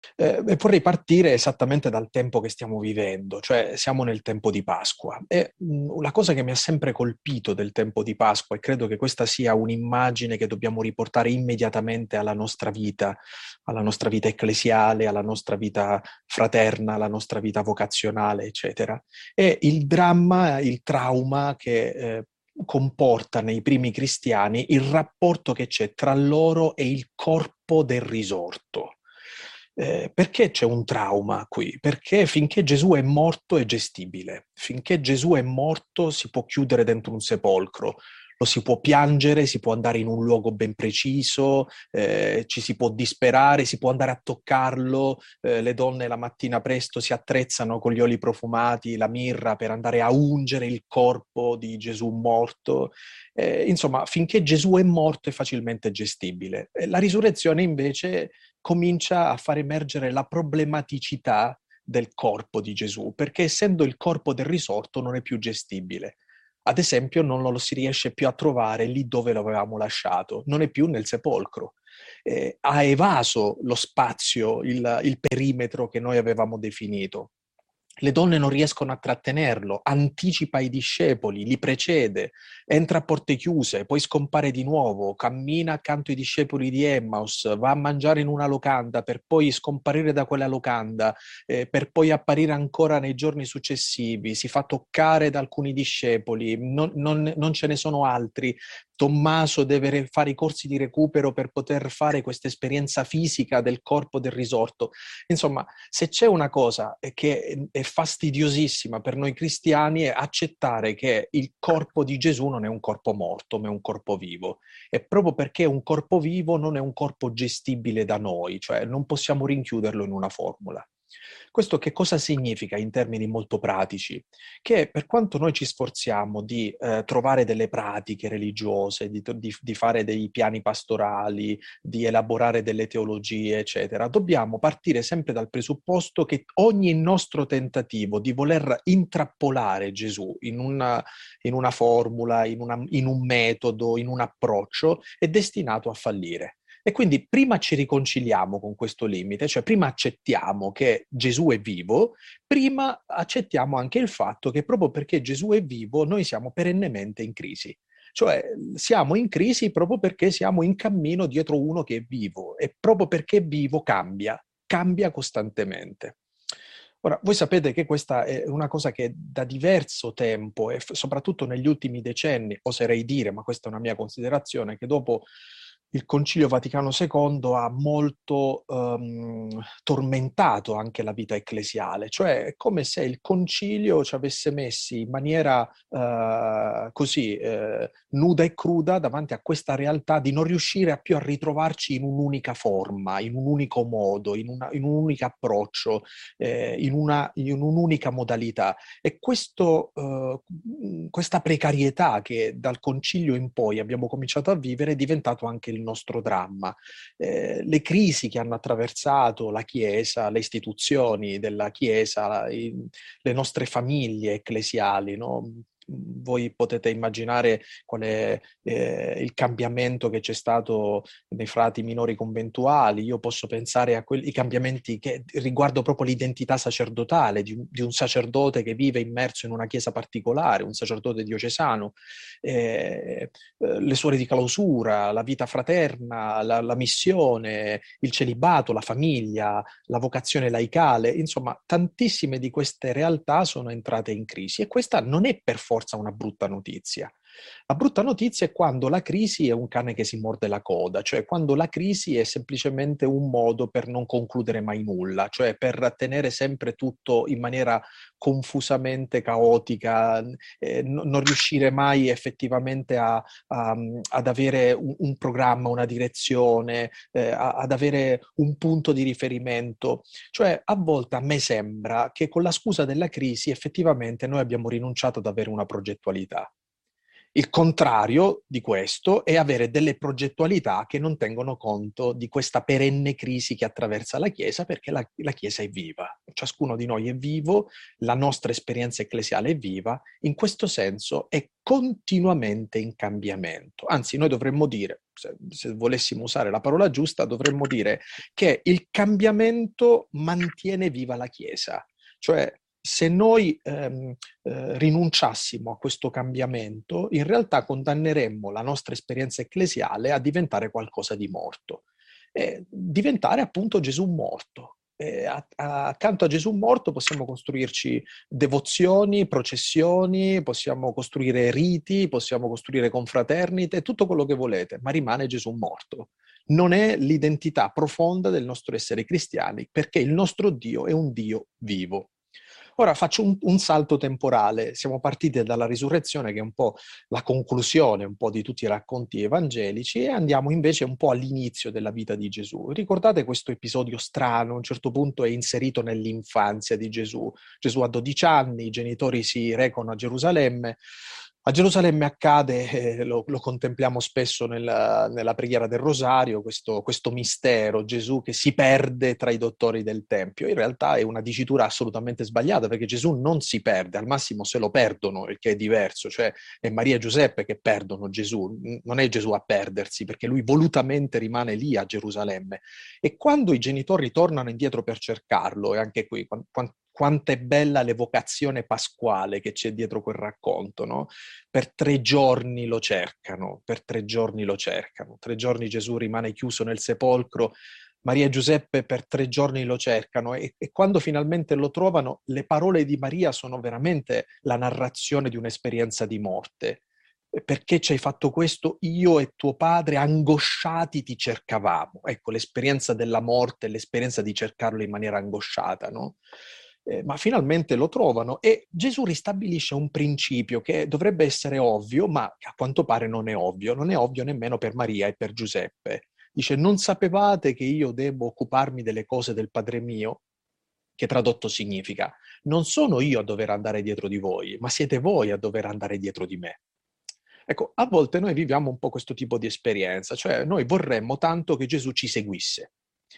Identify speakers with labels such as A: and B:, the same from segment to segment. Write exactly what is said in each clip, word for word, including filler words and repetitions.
A: Eh, e vorrei partire esattamente dal tempo che stiamo vivendo, cioè siamo nel tempo di Pasqua. E mh, la cosa che mi ha sempre colpito del tempo di Pasqua, e credo che questa sia un'immagine che dobbiamo riportare immediatamente alla nostra vita, alla nostra vita ecclesiale, alla nostra vita fraterna, alla nostra vita vocazionale, eccetera, è il dramma, il trauma che eh, comporta nei primi cristiani il rapporto che c'è tra loro e il corpo del risorto. Eh, perché c'è un trauma qui? Perché finché Gesù è morto è gestibile, finché Gesù è morto si può chiudere dentro un sepolcro, lo si può piangere, si può andare in un luogo ben preciso, eh, ci si può disperare, si può andare a toccarlo, eh, le donne la mattina presto si attrezzano con gli oli profumati, la mirra per andare a ungere il corpo di Gesù morto. Eh, insomma, finché Gesù è morto è facilmente gestibile. Eh, la risurrezione invece comincia a far emergere la problematicità del corpo di Gesù, perché essendo il corpo del risorto non è più gestibile. Ad esempio, non lo si riesce più a trovare lì dove lo avevamo lasciato, non è più nel sepolcro. Eh, ha evaso lo spazio, il, il perimetro che noi avevamo definito. Le donne non riescono a trattenerlo, anticipa i discepoli, li precede, entra a porte chiuse, poi scompare di nuovo, cammina accanto ai discepoli di Emmaus, va a mangiare in una locanda per poi scomparire da quella locanda, eh, per poi apparire ancora nei giorni successivi, si fa toccare da alcuni discepoli, non, non, non ce ne sono altri. Tommaso deve fare i corsi di recupero per poter fare questa esperienza fisica del corpo del risorto. Insomma, se c'è una cosa che è fastidiosissima per noi cristiani è accettare che il corpo di Gesù non è un corpo morto, ma è un corpo vivo. E proprio perché è un corpo vivo non è un corpo gestibile da noi, cioè non possiamo rinchiuderlo in una formula. Questo che cosa significa in termini molto pratici? Che per quanto noi ci sforziamo di eh, trovare delle pratiche religiose, di, di, di fare dei piani pastorali, di elaborare delle teologie, eccetera, dobbiamo partire sempre dal presupposto che ogni nostro tentativo di voler intrappolare Gesù in una, in una formula, in, una, in un metodo, in un approccio, è destinato a fallire. E quindi prima ci riconciliamo con questo limite, cioè prima accettiamo che Gesù è vivo, prima accettiamo anche il fatto che proprio perché Gesù è vivo noi siamo perennemente in crisi. Cioè siamo in crisi proprio perché siamo in cammino dietro uno che è vivo e proprio perché è vivo cambia, cambia costantemente. Ora, voi sapete che questa è una cosa che da diverso tempo e f- soprattutto negli ultimi decenni, oserei dire, ma questa è una mia considerazione, che dopo il Concilio Vaticano secondo ha molto ehm, tormentato anche la vita ecclesiale, cioè è come se il Concilio ci avesse messi in maniera eh, così eh, nuda e cruda davanti a questa realtà di non riuscire a più a ritrovarci in un'unica forma, in un unico modo, in, una, in un unico approccio, eh, in, una, in un'unica modalità. E questo, eh, questa precarietà che dal Concilio in poi abbiamo cominciato a vivere è diventato anche il nostro dramma. Eh, le crisi che hanno attraversato la Chiesa, le istituzioni della Chiesa, la, i, le nostre famiglie ecclesiali, no? Voi potete immaginare qual è eh, il cambiamento che c'è stato nei frati minori conventuali. Io posso pensare a quelli cambiamenti che riguardano proprio l'identità sacerdotale di un, di un sacerdote che vive immerso in una chiesa particolare, un sacerdote diocesano, eh, eh, le suore di clausura, la vita fraterna, la, la missione, il celibato, la famiglia, la vocazione laicale, insomma, tantissime di queste realtà sono entrate in crisi e questa non è per forza una brutta notizia. La brutta notizia è quando la crisi è un cane che si morde la coda, cioè quando la crisi è semplicemente un modo per non concludere mai nulla, cioè per tenere sempre tutto in maniera confusamente caotica, eh, no, non riuscire mai effettivamente a, a, ad avere un, un programma, una direzione, eh, a, ad avere un punto di riferimento. Cioè a volte a me sembra che con la scusa della crisi effettivamente noi abbiamo rinunciato ad avere una progettualità. Il contrario di questo è avere delle progettualità che non tengono conto di questa perenne crisi che attraversa la Chiesa perché la, la Chiesa è viva. ciascuno di noi è vivo, la nostra esperienza ecclesiale è viva, in questo senso è continuamente in cambiamento. Anzi, noi dovremmo dire, se, se volessimo usare la parola giusta, dovremmo dire che il cambiamento mantiene viva la Chiesa. Cioè, se noi ehm, eh, rinunciassimo a questo cambiamento, in realtà condanneremmo la nostra esperienza ecclesiale a diventare qualcosa di morto. E diventare appunto Gesù morto. E a, a, accanto a Gesù morto possiamo costruirci devozioni, processioni, possiamo costruire riti, possiamo costruire confraternite, tutto quello che volete, ma rimane Gesù morto. Non è l'identità profonda del nostro essere cristiani, perché il nostro Dio è un Dio vivo. Ora faccio un, un salto temporale. Siamo partiti dalla risurrezione, che è un po' la conclusione un po' di tutti i racconti evangelici, e andiamo invece un po' all'inizio della vita di Gesù. Ricordate questo episodio strano? A un certo punto è inserito nell'infanzia di Gesù. Gesù ha dodici anni, i genitori si recano a Gerusalemme. A Gerusalemme accade, eh, lo, lo contempliamo spesso nella, nella preghiera del Rosario, questo, questo mistero, Gesù che si perde tra i dottori del Tempio. In realtà è una dicitura assolutamente sbagliata, perché Gesù non si perde, al massimo se lo perdono, il che è diverso, cioè è Maria e Giuseppe che perdono Gesù, non è Gesù a perdersi, perché lui volutamente rimane lì a Gerusalemme. E quando i genitori tornano indietro per cercarlo, e anche qui, quando, quanto è bella l'evocazione pasquale che c'è dietro quel racconto, no? Per tre giorni lo cercano, per tre giorni lo cercano. Tre giorni Gesù rimane chiuso nel sepolcro, Maria e Giuseppe per tre giorni lo cercano e, e quando finalmente lo trovano, le parole di Maria sono veramente la narrazione di un'esperienza di morte. Perché ci hai fatto questo? Io e tuo padre angosciati ti cercavamo. Ecco, l'esperienza della morte, l'esperienza di cercarlo in maniera angosciata, no? Eh, ma finalmente lo trovano e Gesù ristabilisce un principio che dovrebbe essere ovvio, ma a quanto pare non è ovvio. Non è ovvio nemmeno per Maria e per Giuseppe. Dice, non sapevate che io devo occuparmi delle cose del Padre mio? Che tradotto significa, non sono io a dover andare dietro di voi, ma siete voi a dover andare dietro di me. Ecco, a volte noi viviamo un po' questo tipo di esperienza, cioè noi vorremmo tanto che Gesù ci seguisse.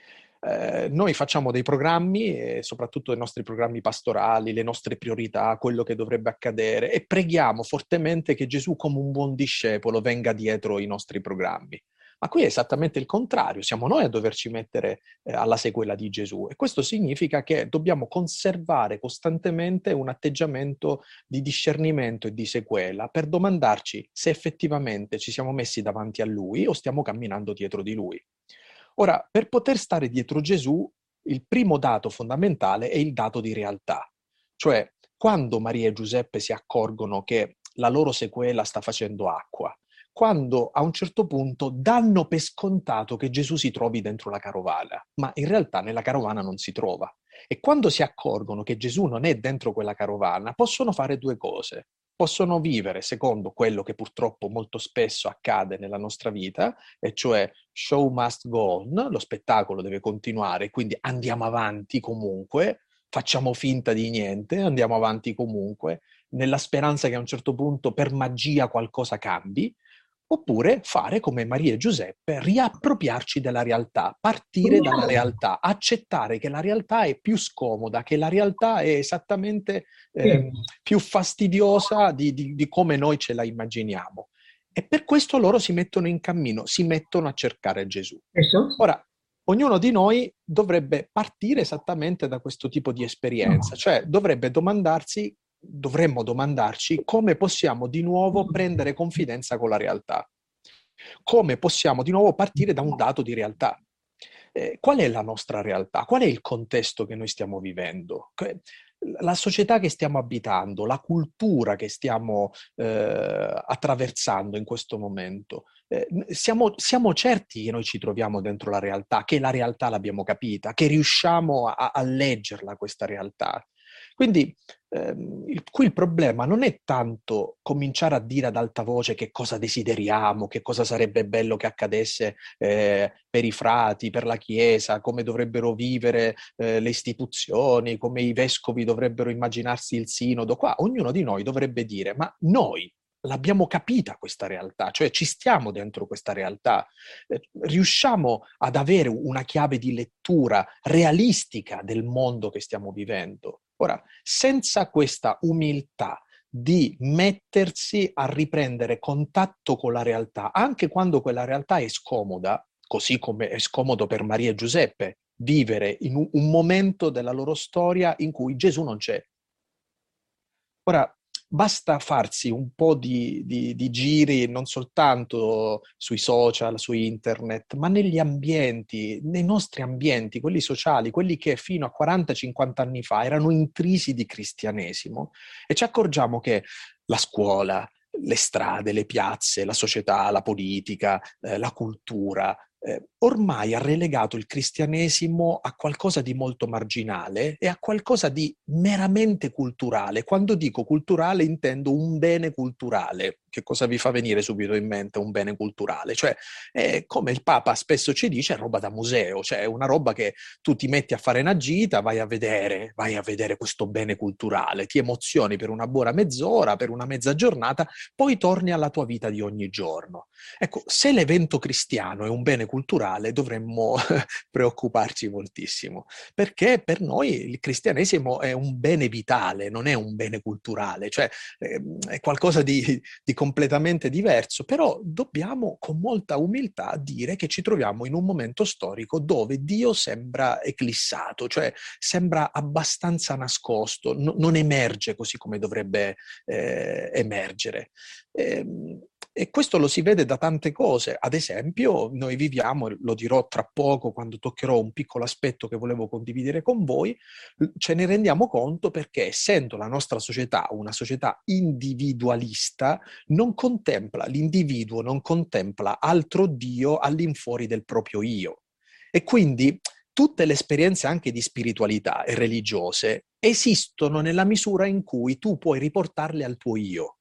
A: Eh, noi facciamo dei programmi, e soprattutto i nostri programmi pastorali, le nostre priorità, quello che dovrebbe accadere, e preghiamo fortemente che Gesù, come un buon discepolo, venga dietro i nostri programmi. Ma qui è esattamente il contrario, siamo noi a doverci mettere eh, alla sequela di Gesù e questo significa che dobbiamo conservare costantemente un atteggiamento di discernimento e di sequela per domandarci se effettivamente ci siamo messi davanti a Lui o stiamo camminando dietro di Lui. Ora, per poter stare dietro Gesù, il primo dato fondamentale è il dato di realtà, cioè quando Maria e Giuseppe si accorgono che la loro sequela sta facendo acqua, quando a un certo punto danno per scontato che Gesù si trovi dentro la carovana, ma in realtà nella carovana non si trova. E quando si accorgono che Gesù non è dentro quella carovana, possono fare due cose. Possono vivere secondo quello che purtroppo molto spesso accade nella nostra vita, e cioè show must go on, lo spettacolo deve continuare, quindi andiamo avanti comunque, facciamo finta di niente, andiamo avanti comunque, nella speranza che a un certo punto per magia qualcosa cambi, oppure fare come Maria e Giuseppe, riappropriarci della realtà, partire dalla realtà, accettare che la realtà è più scomoda, che la realtà è esattamente eh, più fastidiosa di, di, di come noi ce la immaginiamo. E per questo loro si mettono in cammino, si mettono a cercare Gesù. Ora, ognuno di noi dovrebbe partire esattamente da questo tipo di esperienza, cioè dovrebbe domandarsi dovremmo domandarci come possiamo di nuovo prendere confidenza con la realtà, come possiamo di nuovo partire da un dato di realtà. Eh, qual è la nostra realtà? Qual è il contesto che noi stiamo vivendo? La società che stiamo abitando, la cultura che stiamo eh, attraversando in questo momento. Eh, siamo, siamo certi che noi ci troviamo dentro la realtà, che la realtà l'abbiamo capita, che riusciamo a, a leggerla questa realtà. Quindi ehm, il, qui il problema non è tanto cominciare a dire ad alta voce che cosa desideriamo, che cosa sarebbe bello che accadesse eh, per i frati, per la Chiesa, come dovrebbero vivere eh, le istituzioni, come i vescovi dovrebbero immaginarsi il sinodo. Qua ognuno di noi dovrebbe dire, ma noi l'abbiamo capita questa realtà, cioè ci stiamo dentro questa realtà, eh, riusciamo ad avere una chiave di lettura realistica del mondo che stiamo vivendo. Ora, senza questa umiltà di mettersi a riprendere contatto con la realtà, anche quando quella realtà è scomoda, così come è scomodo per Maria e Giuseppe vivere in un, un momento della loro storia in cui Gesù non c'è. Ora, basta farsi un po' di, di, di giri non soltanto sui social, su internet, ma negli ambienti, nei nostri ambienti, quelli sociali, quelli che fino a quaranta cinquanta anni fa erano intrisi di cristianesimo, e ci accorgiamo che la scuola, le strade, le piazze, la società, la politica, eh, la cultura, eh, ormai ha relegato il cristianesimo a qualcosa di molto marginale e a qualcosa di meramente culturale. Quando dico culturale intendo un bene culturale. Che cosa vi fa venire subito in mente un bene culturale? Cioè, è come il Papa spesso ci dice, è roba da museo, cioè è una roba che tu ti metti a fare una gita, vai a vedere, vai a vedere questo bene culturale, ti emozioni per una buona mezz'ora, per una mezza giornata, poi torni alla tua vita di ogni giorno. Ecco, se l'evento cristiano è un bene culturale, dovremmo preoccuparci moltissimo, perché per noi il cristianesimo è un bene vitale, non è un bene culturale, cioè è qualcosa di, di completamente diverso, però dobbiamo con molta umiltà dire che ci troviamo in un momento storico dove Dio sembra eclissato, cioè sembra abbastanza nascosto, no, non emerge così come dovrebbe eh, emergere. E, e questo lo si vede da tante cose. Ad esempio, noi viviamo, lo dirò tra poco quando toccherò un piccolo aspetto che volevo condividere con voi, ce ne rendiamo conto perché, essendo la nostra società una società individualista, non contempla l'individuo, non contempla altro Dio all'infuori del proprio io. E quindi tutte le esperienze anche di spiritualità e religiose esistono nella misura in cui tu puoi riportarle al tuo io.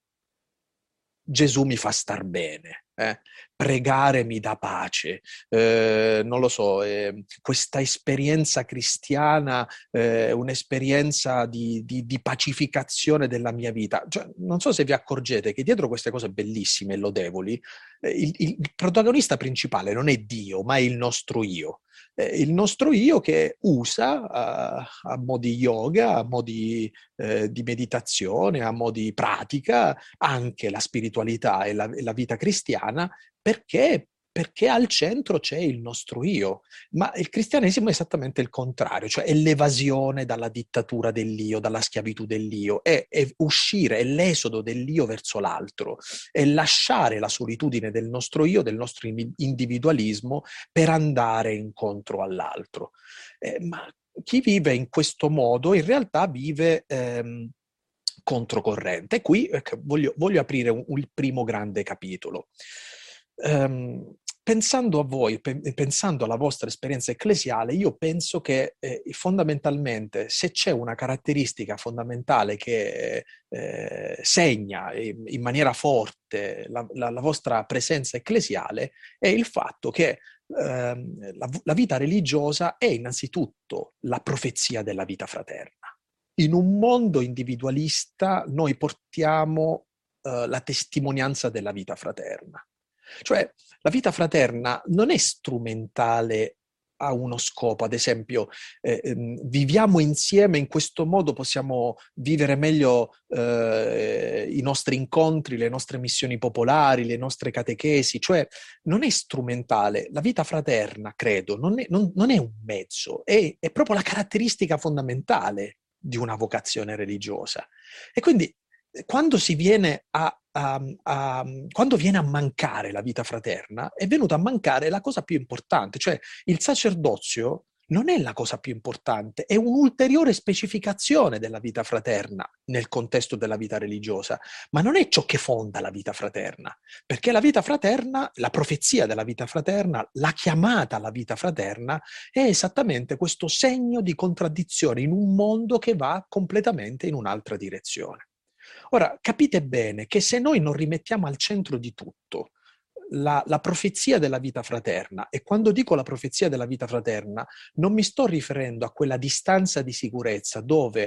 A: Gesù mi fa star bene, eh? Pregare mi dà pace, eh, non lo so, eh, questa esperienza cristiana è eh, un'esperienza di, di, di pacificazione della mia vita. Cioè, non so se vi accorgete che dietro queste cose bellissime e lodevoli, eh, il, il protagonista principale non è Dio, ma è il nostro io. Eh, il nostro io che usa uh, a mo' di yoga, a mo' di, eh, di meditazione, a mo' di pratica, anche la spiritualità e la, e la vita cristiana, perché? Perché al centro c'è il nostro io. Ma il cristianesimo è esattamente il contrario, cioè è l'evasione dalla dittatura dell'io, dalla schiavitù dell'io, è, è uscire, è l'esodo dell'io verso l'altro, è lasciare la solitudine del nostro io, del nostro individualismo per andare incontro all'altro. Eh, ma chi vive in questo modo in realtà vive ehm, controcorrente. E qui ecco, voglio, voglio aprire un, un, il primo grande capitolo. Um, pensando a voi, pe- pensando alla vostra esperienza ecclesiale, io penso che eh, fondamentalmente, se c'è una caratteristica fondamentale che eh, segna in, in maniera forte la, la, la vostra presenza ecclesiale, è il fatto che ehm, la, la vita religiosa è innanzitutto la profezia della vita fraterna. In un mondo individualista noi portiamo eh, la testimonianza della vita fraterna. Cioè, la vita fraterna non è strumentale a uno scopo, ad esempio, eh, viviamo insieme, in questo modo possiamo vivere meglio eh, i nostri incontri, le nostre missioni popolari, le nostre catechesi, cioè non è strumentale. La vita fraterna, credo, non è, non, non è un mezzo, è, è proprio la caratteristica fondamentale di una vocazione religiosa. E quindi quando si viene a A, a, quando viene a mancare la vita fraterna, è venuta a mancare la cosa più importante, cioè il sacerdozio non è la cosa più importante, è un'ulteriore specificazione della vita fraterna nel contesto della vita religiosa, ma non è ciò che fonda la vita fraterna, perché la vita fraterna, la profezia della vita fraterna, la chiamata alla vita fraterna è esattamente questo segno di contraddizione in un mondo che va completamente in un'altra direzione. Ora, capite bene che se noi non rimettiamo al centro di tutto la, la profezia della vita fraterna, e quando dico la profezia della vita fraterna non mi sto riferendo a quella distanza di sicurezza dove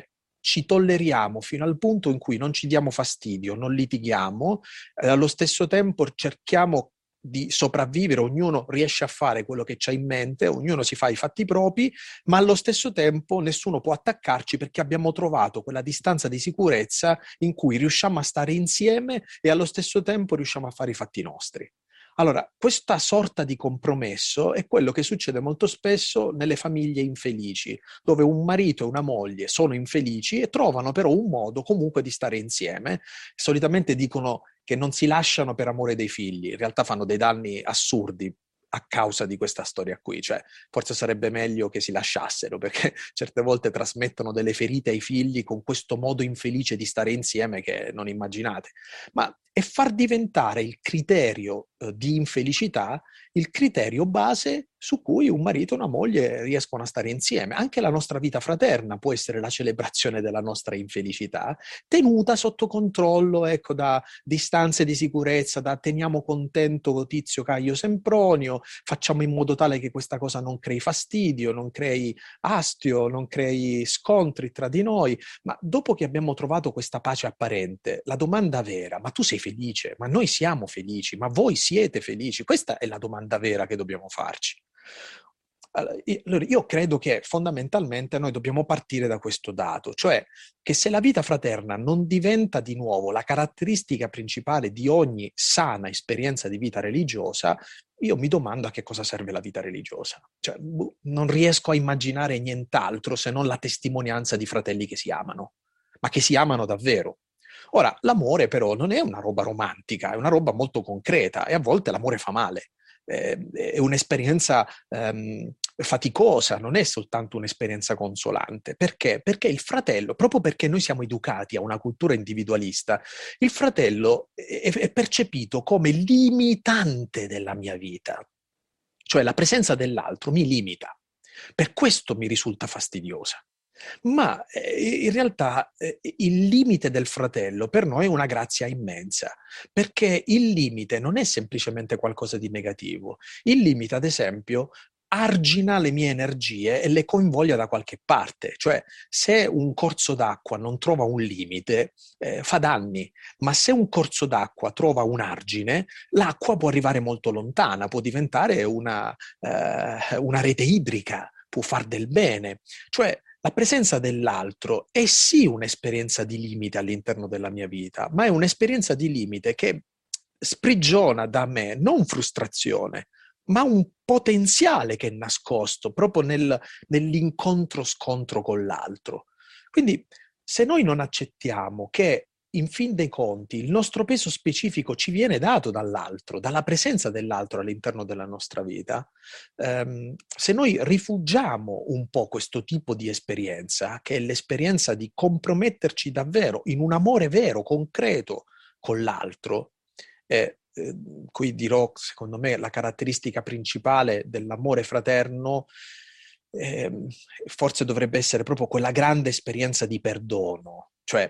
A: ci tolleriamo fino al punto in cui non ci diamo fastidio, non litighiamo, eh, allo stesso tempo cerchiamo di sopravvivere, ognuno riesce a fare quello che c'ha in mente, ognuno si fa i fatti propri, ma allo stesso tempo nessuno può attaccarci perché abbiamo trovato quella distanza di sicurezza in cui riusciamo a stare insieme e allo stesso tempo riusciamo a fare i fatti nostri. Allora, questa sorta di compromesso è quello che succede molto spesso nelle famiglie infelici, dove un marito e una moglie sono infelici e trovano però un modo comunque di stare insieme. Solitamente dicono che non si lasciano per amore dei figli, in realtà fanno dei danni assurdi a causa di questa storia qui, cioè forse sarebbe meglio che si lasciassero, perché certe volte trasmettono delle ferite ai figli con questo modo infelice di stare insieme che non immaginate. Ma è far diventare il criterio eh, di infelicità il criterio base su cui un marito e una moglie riescono a stare insieme. Anche la nostra vita fraterna può essere la celebrazione della nostra infelicità, tenuta sotto controllo, ecco, da distanze di sicurezza, da teniamo contento Tizio, Caio, Sempronio, facciamo in modo tale che questa cosa non crei fastidio, non crei astio, non crei scontri tra di noi. Ma dopo che abbiamo trovato questa pace apparente, la domanda vera, ma tu sei felice? Ma noi siamo felici? Ma voi siete felici? Questa è la domanda vera che dobbiamo farci. Allora, io credo che fondamentalmente noi dobbiamo partire da questo dato, cioè che se la vita fraterna non diventa di nuovo la caratteristica principale di ogni sana esperienza di vita religiosa, io mi domando a che cosa serve la vita religiosa. Cioè, non riesco a immaginare nient'altro se non la testimonianza di fratelli che si amano, ma che si amano davvero. Ora, l'amore però non è una roba romantica, è una roba molto concreta e a volte l'amore fa male. Eh, è un'esperienza ehm, faticosa, non è soltanto un'esperienza consolante. Perché? Perché il fratello, proprio perché noi siamo educati a una cultura individualista, il fratello è, è percepito come limitante della mia vita. Cioè la presenza dell'altro mi limita. Per questo mi risulta fastidiosa. Ma eh, in realtà eh, il limite del fratello per noi è una grazia immensa, perché il limite non è semplicemente qualcosa di negativo. Il limite, ad esempio, argina le mie energie e le coinvolge da qualche parte. Cioè, se un corso d'acqua non trova un limite, eh, fa danni, ma se un corso d'acqua trova un argine, l'acqua può arrivare molto lontana, può diventare una, eh, una rete idrica, può far del bene. Cioè, la presenza dell'altro è sì un'esperienza di limite all'interno della mia vita, ma è un'esperienza di limite che sprigiona da me non frustrazione, ma un potenziale che è nascosto proprio nel, nell'incontro-scontro con l'altro. Quindi se noi non accettiamo che in fin dei conti il nostro peso specifico ci viene dato dall'altro, dalla presenza dell'altro all'interno della nostra vita, ehm, se noi rifugiamo un po' questo tipo di esperienza, che è l'esperienza di comprometterci davvero in un amore vero, concreto con l'altro, eh, eh, qui dirò, secondo me, la caratteristica principale dell'amore fraterno eh, forse dovrebbe essere proprio quella grande esperienza di perdono, cioè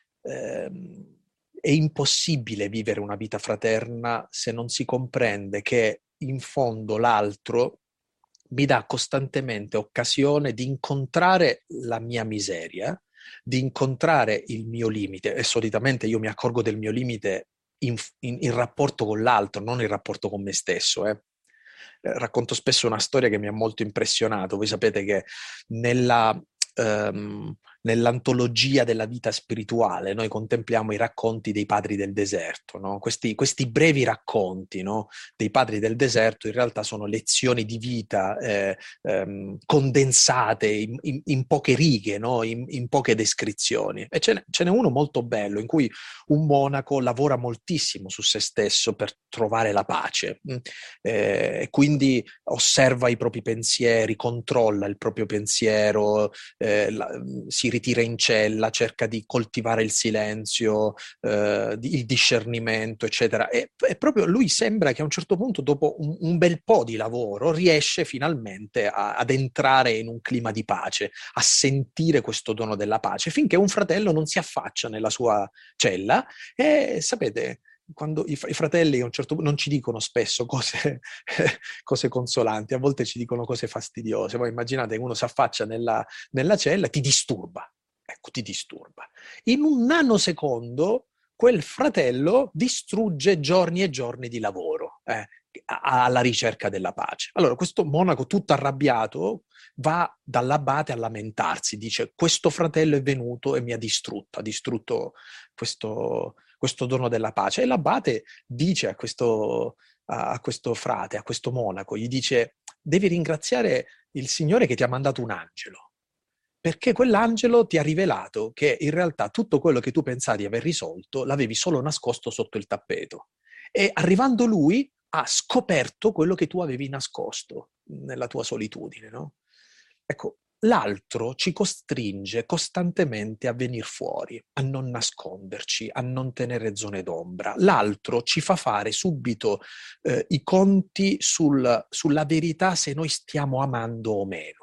A: ehm, è impossibile vivere una vita fraterna se non si comprende che in fondo l'altro mi dà costantemente occasione di incontrare la mia miseria, di incontrare il mio limite, e solitamente io mi accorgo del mio limite in, in, in rapporto con l'altro, non in rapporto con me stesso. Eh. Racconto spesso una storia che mi ha molto impressionato. Voi sapete che nella, ehm, nell'antologia della vita spirituale noi contempliamo i racconti dei padri del deserto, no? Questi, questi brevi racconti, no, dei padri del deserto in realtà sono lezioni di vita eh, ehm, condensate in, in, in poche righe, no? in, in poche descrizioni. E ce n'è, ce n'è uno molto bello in cui un monaco lavora moltissimo su se stesso per trovare la pace e eh, quindi osserva i propri pensieri, controlla il proprio pensiero, eh, la, si ritira in cella, cerca di coltivare il silenzio, eh, il discernimento, eccetera. E, e proprio lui sembra che a un certo punto, dopo un, un bel po' di lavoro, riesce finalmente a, ad entrare in un clima di pace, a sentire questo dono della pace, finché un fratello non si affaccia nella sua cella e, sapete, quando i, i fratelli a un certo punto non ci dicono spesso cose, cose consolanti, a volte ci dicono cose fastidiose. Voi immaginate che uno si affaccia nella, nella cella e ti disturba. Ecco, ecco, ti disturba. In un nanosecondo quel fratello distrugge giorni e giorni di lavoro eh, alla ricerca della pace. Allora questo monaco tutto arrabbiato va dall'abate a lamentarsi, dice questo fratello è venuto e mi ha distrutto, ha distrutto questo, questo dono della pace. E l'abate dice a questo, a questo frate, a questo monaco, gli dice devi ringraziare il Signore che ti ha mandato un angelo, perché quell'angelo ti ha rivelato che in realtà tutto quello che tu pensavi di aver risolto l'avevi solo nascosto sotto il tappeto. E arrivando lui ha scoperto quello che tu avevi nascosto nella tua solitudine, no? Ecco, l'altro ci costringe costantemente a venire fuori, a non nasconderci, a non tenere zone d'ombra. L'altro ci fa fare subito eh, i conti sul, sulla verità se noi stiamo amando o meno.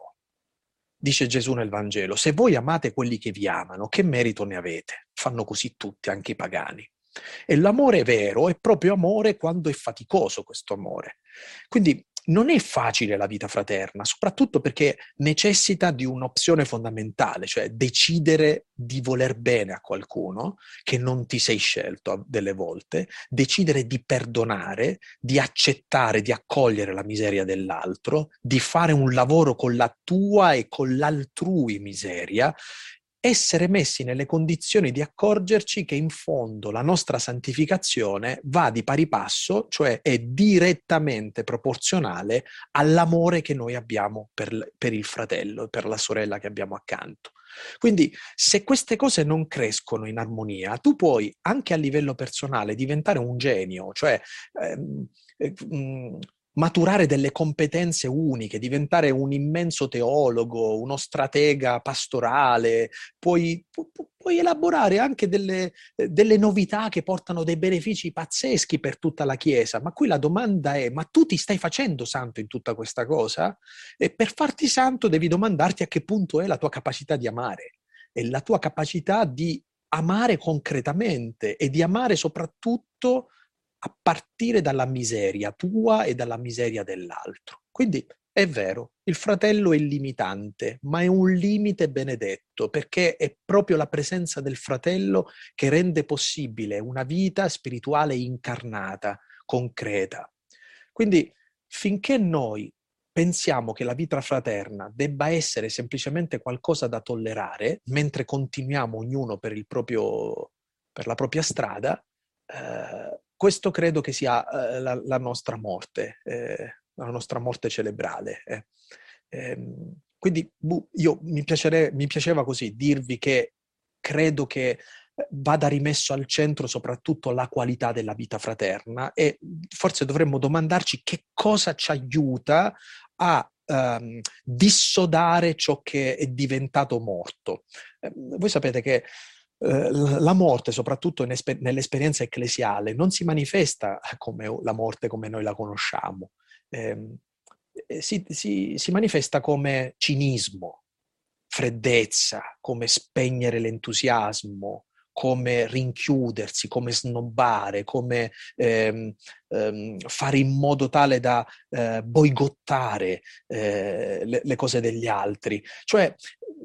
A: Dice Gesù nel Vangelo, se voi amate quelli che vi amano, che merito ne avete? Fanno così tutti, anche i pagani. E l'amore vero è proprio amore quando è faticoso questo amore. Quindi non è facile la vita fraterna, soprattutto perché necessita di un'opzione fondamentale, cioè decidere di voler bene a qualcuno che non ti sei scelto delle volte, decidere di perdonare, di accettare, di accogliere la miseria dell'altro, di fare un lavoro con la tua e con l'altrui miseria, essere messi nelle condizioni di accorgerci che in fondo la nostra santificazione va di pari passo, cioè è direttamente proporzionale all'amore che noi abbiamo per, per il fratello, per la sorella che abbiamo accanto. Quindi se queste cose non crescono in armonia, tu puoi anche a livello personale diventare un genio, cioè ehm, eh, mh, maturare delle competenze uniche, diventare un immenso teologo, uno stratega pastorale, puoi, pu- pu- puoi elaborare anche delle, eh, delle novità che portano dei benefici pazzeschi per tutta la Chiesa. Ma qui la domanda è, ma tu ti stai facendo santo in tutta questa cosa? E per farti santo devi domandarti a che punto è la tua capacità di amare e la tua capacità di amare concretamente e di amare soprattutto a partire dalla miseria tua e dalla miseria dell'altro. Quindi è vero, il fratello è limitante, ma è un limite benedetto, perché è proprio la presenza del fratello che rende possibile una vita spirituale incarnata, concreta. Quindi finché noi pensiamo che la vita fraterna debba essere semplicemente qualcosa da tollerare, mentre continuiamo ognuno per il proprio, per la propria strada, eh, questo credo che sia eh, la, la nostra morte, eh, la nostra morte cerebrale. Eh. Ehm, quindi bu, io mi, piacere, mi piaceva così dirvi che credo che vada rimesso al centro soprattutto la qualità della vita fraterna e forse dovremmo domandarci che cosa ci aiuta a um, dissodare ciò che è diventato morto. Eh, voi sapete che eh, la morte, soprattutto nell'esperienza ecclesiale, non si manifesta come la morte come noi la conosciamo. Eh, si, si, si manifesta come cinismo, freddezza, come spegnere l'entusiasmo, come rinchiudersi, come snobbare, come ehm, ehm, fare in modo tale da eh, boicottare eh, le, le cose degli altri. Cioè,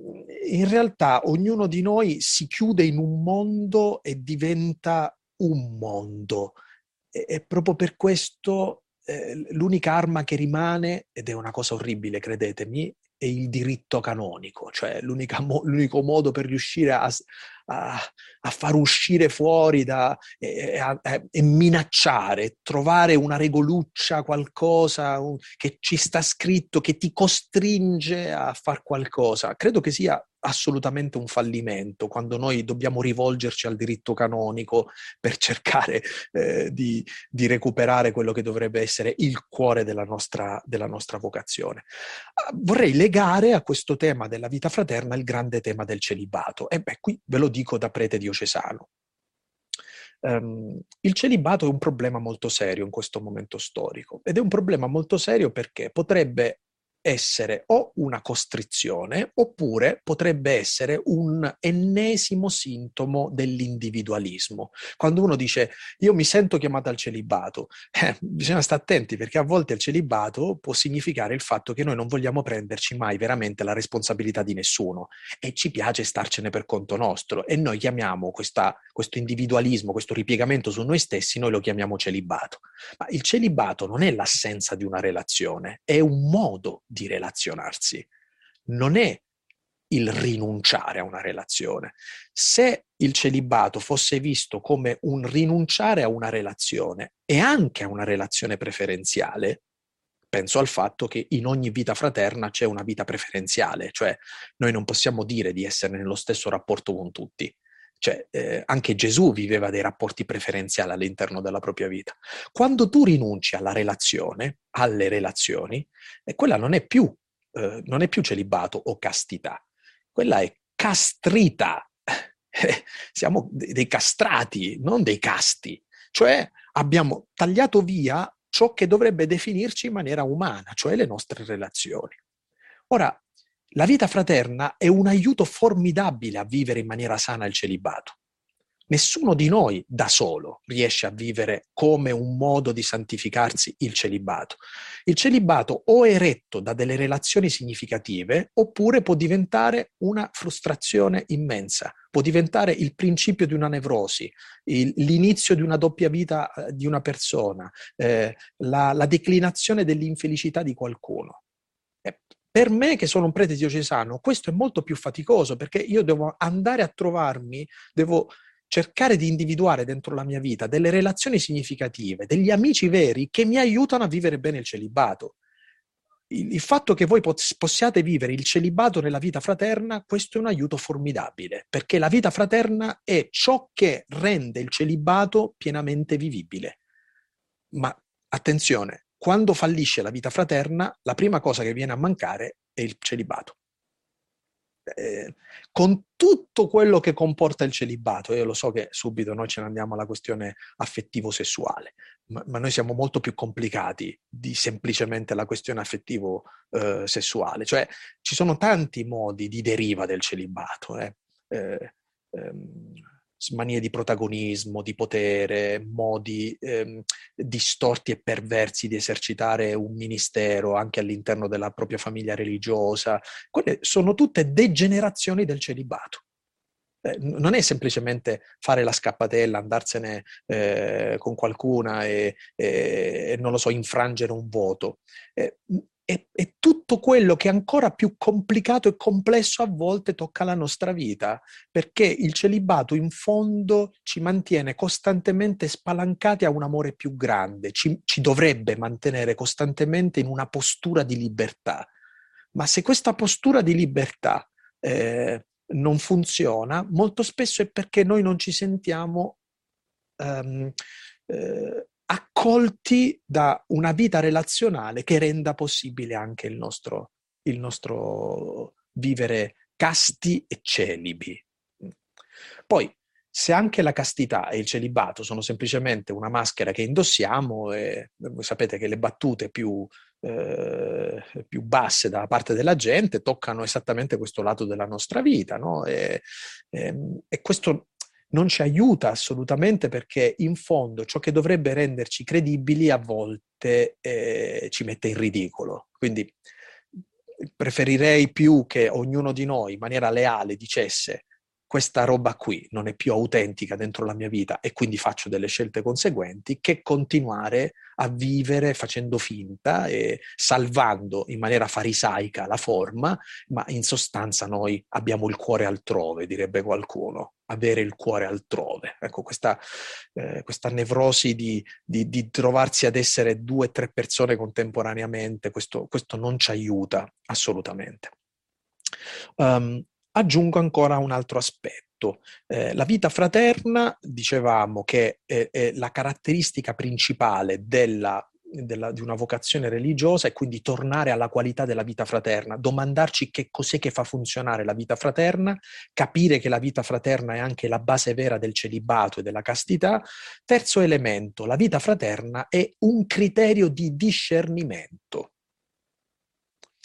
A: in realtà ognuno di noi si chiude in un mondo e diventa un mondo. E, e proprio per questo eh, l'unica arma che rimane, ed è una cosa orribile, credetemi, è il diritto canonico, cioè mo- l'unico modo per riuscire a, a, a far uscire fuori da, e, a, e minacciare, trovare una regoluccia, qualcosa un, che ci sta scritto, che ti costringe a far qualcosa. Credo che sia assolutamente un fallimento quando noi dobbiamo rivolgerci al diritto canonico per cercare eh, di, di recuperare quello che dovrebbe essere il cuore della nostra, della nostra vocazione. Vorrei legare a questo tema della vita fraterna il grande tema del celibato. E beh, qui ve lo dico da prete diocesano. Um, il celibato è un problema molto serio in questo momento storico ed è un problema molto serio perché potrebbe essere o una costrizione oppure potrebbe essere un ennesimo sintomo dell'individualismo. Quando uno dice io mi sento chiamato al celibato, eh, bisogna stare attenti perché a volte il celibato può significare il fatto che noi non vogliamo prenderci mai veramente la responsabilità di nessuno e ci piace starcene per conto nostro e noi chiamiamo questa, questo individualismo, questo ripiegamento su noi stessi, noi lo chiamiamo celibato. Ma il celibato non è l'assenza di una relazione, è un modo di relazionarsi, non è il rinunciare a una relazione. Se il celibato fosse visto come un rinunciare a una relazione e anche a una relazione preferenziale, penso al fatto che in ogni vita fraterna c'è una vita preferenziale, cioè noi non possiamo dire di essere nello stesso rapporto con tutti. Cioè, eh, anche Gesù viveva dei rapporti preferenziali all'interno della propria vita. Quando tu rinunci alla relazione, alle relazioni, eh, quella non è più, eh, non è più celibato o castità, quella è castrita. Siamo dei castrati, non dei casti. Cioè abbiamo tagliato via ciò che dovrebbe definirci in maniera umana, cioè le nostre relazioni. Ora, la vita fraterna è un aiuto formidabile a vivere in maniera sana il celibato. Nessuno di noi da solo riesce a vivere come un modo di santificarsi il celibato. Il celibato o è retto da delle relazioni significative oppure può diventare una frustrazione immensa, può diventare il principio di una nevrosi, il, l'inizio di una doppia vita eh, di una persona, eh, la, la declinazione dell'infelicità di qualcuno. Eh, Per me, che sono un prete diocesano, questo è molto più faticoso perché io devo andare a trovarmi, devo cercare di individuare dentro la mia vita delle relazioni significative, degli amici veri che mi aiutano a vivere bene il celibato. Il, il fatto che voi pos- possiate vivere il celibato nella vita fraterna, questo è un aiuto formidabile, perché la vita fraterna è ciò che rende il celibato pienamente vivibile. Ma attenzione, quando fallisce la vita fraterna, la prima cosa che viene a mancare è il celibato. Eh, con tutto quello che comporta il celibato, io lo so che subito noi ce ne andiamo alla questione affettivo-sessuale, ma, ma noi siamo molto più complicati di semplicemente la questione affettivo-sessuale, cioè ci sono tanti modi di deriva del celibato, eh. Eh, ehm, smanie di protagonismo, di potere, modi ehm, distorti e perversi di esercitare un ministero anche all'interno della propria famiglia religiosa. Quelle sono tutte degenerazioni del celibato. Eh, non è semplicemente fare la scappatella, andarsene eh, con qualcuna e, e, e, non lo so, infrangere un voto. Eh, è, è tutto quello che è ancora più complicato e complesso a volte tocca la nostra vita, perché il celibato in fondo ci mantiene costantemente spalancati a un amore più grande, ci, ci dovrebbe mantenere costantemente in una postura di libertà. Ma se questa postura di libertà eh, non funziona, molto spesso è perché noi non ci sentiamo um, eh, accolti da una vita relazionale che renda possibile anche il nostro, il nostro vivere casti e celibi. Poi, se anche la castità e il celibato sono semplicemente una maschera che indossiamo, e voi sapete che le battute più, eh, più basse dalla parte della gente toccano esattamente questo lato della nostra vita, no? E, e, e questo non ci aiuta assolutamente perché in fondo ciò che dovrebbe renderci credibili a volte eh, ci mette in ridicolo. Quindi preferirei più che ognuno di noi in maniera leale dicesse questa roba qui non è più autentica dentro la mia vita e quindi faccio delle scelte conseguenti, che continuare a vivere facendo finta e salvando in maniera farisaica la forma, ma in sostanza noi abbiamo il cuore altrove, direbbe qualcuno, avere il cuore altrove. Ecco, questa, eh, questa nevrosi di, di, di trovarsi ad essere due o tre persone contemporaneamente, questo, questo non ci aiuta assolutamente. Um, Aggiungo ancora un altro aspetto. Eh, la vita fraterna, dicevamo che è, è la caratteristica principale della, della, di una vocazione religiosa e quindi tornare alla qualità della vita fraterna, domandarci che cos'è che fa funzionare la vita fraterna, capire che la vita fraterna è anche la base vera del celibato e della castità. Terzo elemento, la vita fraterna è un criterio di discernimento.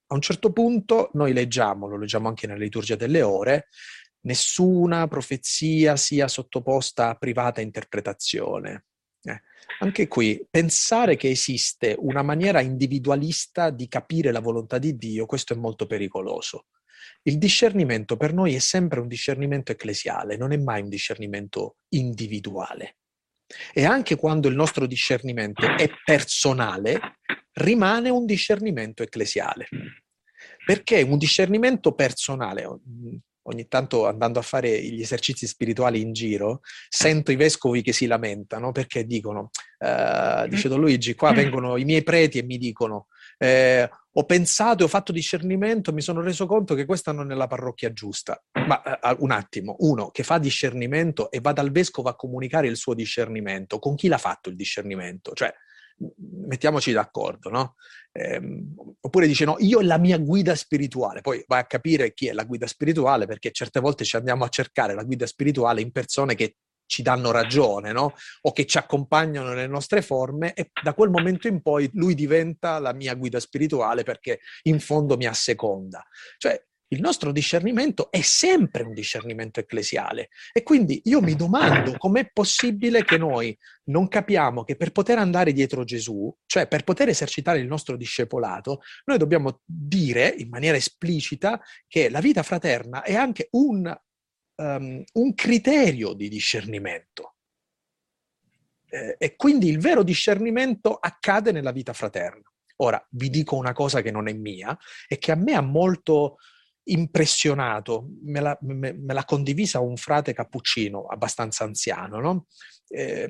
A: A un certo punto noi leggiamo, lo leggiamo anche nella liturgia delle ore, nessuna profezia sia sottoposta a privata interpretazione. Eh, anche qui, pensare che esiste una maniera individualista di capire la volontà di Dio, questo è molto pericoloso. Il discernimento per noi è sempre un discernimento ecclesiale, non è mai un discernimento individuale. E anche quando il nostro discernimento è personale, rimane un discernimento ecclesiale. Perché un discernimento personale, ogni tanto andando a fare gli esercizi spirituali in giro, sento i vescovi che si lamentano perché dicono, eh, dice Don Luigi, qua vengono i miei preti e mi dicono, eh, ho pensato e ho fatto discernimento e mi sono reso conto che questa non è la parrocchia giusta. Ma uh, un attimo, uno che fa discernimento e va dal vescovo a comunicare il suo discernimento, con chi l'ha fatto il discernimento? Cioè, mettiamoci d'accordo, no? Eh, oppure dice no, io e la mia guida spirituale, poi vai a capire chi è la guida spirituale, perché certe volte ci andiamo a cercare la guida spirituale in persone che ci danno ragione, no? O che ci accompagnano nelle nostre forme, e da quel momento in poi lui diventa la mia guida spirituale perché in fondo mi asseconda. Cioè, il nostro discernimento è sempre un discernimento ecclesiale, e quindi io mi domando com'è possibile che noi non capiamo che per poter andare dietro Gesù, cioè per poter esercitare il nostro discepolato, noi dobbiamo dire in maniera esplicita che la vita fraterna è anche un, um, un criterio di discernimento. Eh, e quindi il vero discernimento accade nella vita fraterna. Ora, vi dico una cosa che non è mia e che a me ha molto impressionato, me, la, me, me l'ha condivisa un frate cappuccino abbastanza anziano, no? Eh,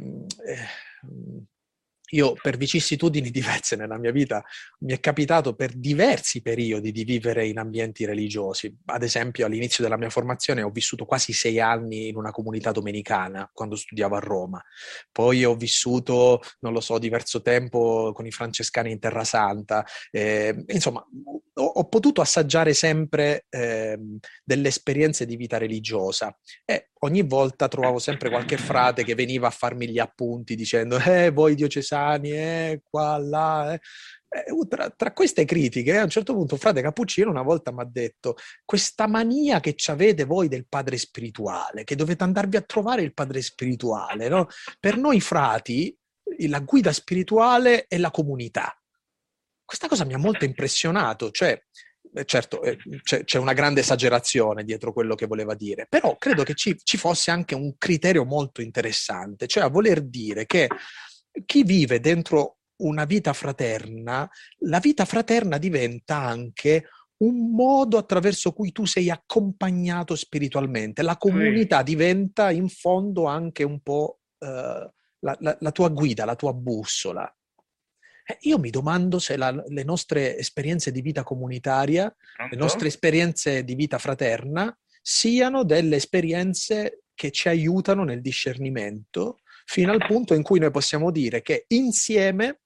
A: eh, io per vicissitudini diverse nella mia vita mi è capitato per diversi periodi di vivere in ambienti religiosi. Ad esempio, all'inizio della mia formazione ho vissuto quasi sei anni in una comunità domenicana quando studiavo a Roma. Poi ho vissuto, non lo so, diverso tempo con i francescani in Terra Santa. Eh, insomma, ho, ho potuto assaggiare sempre eh, delle esperienze di vita religiosa, e ogni volta trovavo sempre qualche frate che veniva a farmi gli appunti dicendo eh, voi diocesani, eh, qua, là, eh. Eh, tra, tra queste critiche, a un certo punto un frate cappuccino una volta mi ha detto: questa mania che avete voi del padre spirituale, che dovete andarvi a trovare il padre spirituale, no? Per noi frati la guida spirituale è la comunità. Questa cosa mi ha molto impressionato, cioè, certo, eh, c'è, c'è una grande esagerazione dietro quello che voleva dire, però credo che ci, ci fosse anche un criterio molto interessante, cioè a voler dire che chi vive dentro una vita fraterna, la vita fraterna diventa anche un modo attraverso cui tu sei accompagnato spiritualmente. La comunità diventa in fondo anche un po' eh, la, la, la tua guida, la tua bussola. Eh, io mi domando se la, le nostre esperienze di vita comunitaria,
B: Pronto?
A: le nostre esperienze di vita fraterna, siano delle esperienze che ci aiutano nel discernimento, fino al punto in cui noi possiamo dire che insieme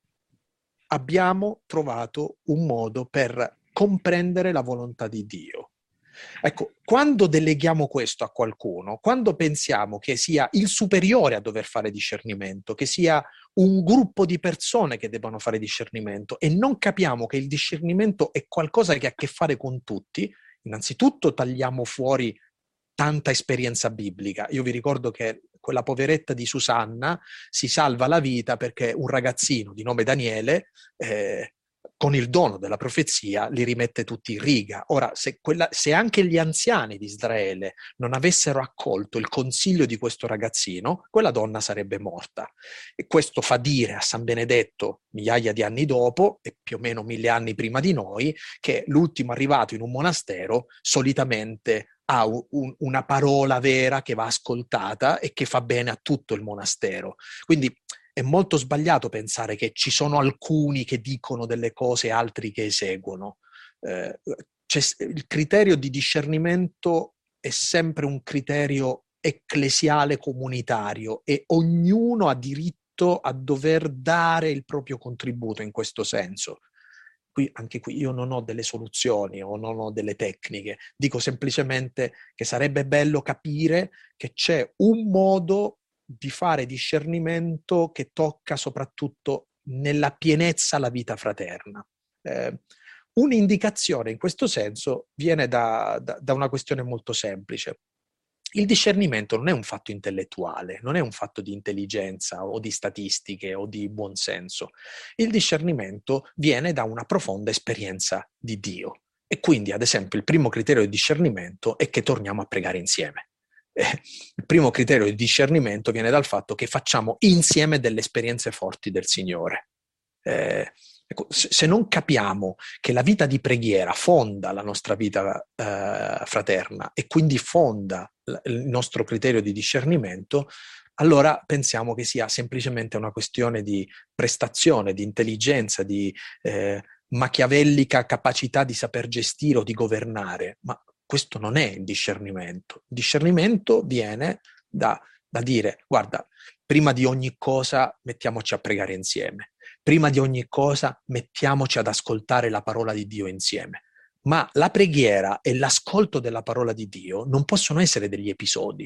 A: abbiamo trovato un modo per comprendere la volontà di Dio. Ecco, quando deleghiamo questo a qualcuno, quando pensiamo che sia il superiore a dover fare discernimento, che sia un gruppo di persone che debbano fare discernimento, e non capiamo che il discernimento è qualcosa che ha a che fare con tutti, innanzitutto tagliamo fuori tanta esperienza biblica. Io vi ricordo che quella poveretta di Susanna si salva la vita perché un ragazzino di nome Daniele, eh, con il dono della profezia, li rimette tutti in riga. Ora, se, quella, se anche gli anziani di Israele non avessero accolto il consiglio di questo ragazzino, quella donna sarebbe morta. E questo fa dire a San Benedetto, migliaia di anni dopo, e più o meno mille anni prima di noi, che l'ultimo arrivato in un monastero solitamente ha un, una parola vera che va ascoltata e che fa bene a tutto il monastero. Quindi è molto sbagliato pensare che ci sono alcuni che dicono delle cose e altri che eseguono. Eh, c'è, il criterio di discernimento è sempre un criterio ecclesiale comunitario, e ognuno ha diritto a dover dare il proprio contributo in questo senso. Qui, anche qui io non ho delle soluzioni o non ho delle tecniche, dico semplicemente che sarebbe bello capire che c'è un modo di fare discernimento che tocca soprattutto nella pienezza la vita fraterna. Eh, Un'indicazione in questo senso viene da, da, da una questione molto semplice. Il discernimento non è un fatto intellettuale, non è un fatto di intelligenza o di statistiche o di buonsenso. Il discernimento viene da una profonda esperienza di Dio. E quindi, ad esempio, il primo criterio di discernimento è che torniamo a pregare insieme. Eh, il primo criterio di discernimento viene dal fatto che facciamo insieme delle esperienze forti del Signore. Eh, ecco, se, se non capiamo che la vita di preghiera fonda la nostra vita eh, fraterna e quindi fonda l- il nostro criterio di discernimento, allora pensiamo che sia semplicemente una questione di prestazione, di intelligenza, di eh, machiavellica capacità di saper gestire o di governare, ma questo non è il discernimento. Il discernimento viene da, da dire, guarda, prima di ogni cosa mettiamoci a pregare insieme, prima di ogni cosa mettiamoci ad ascoltare la parola di Dio insieme. Ma la preghiera e l'ascolto della parola di Dio non possono essere degli episodi.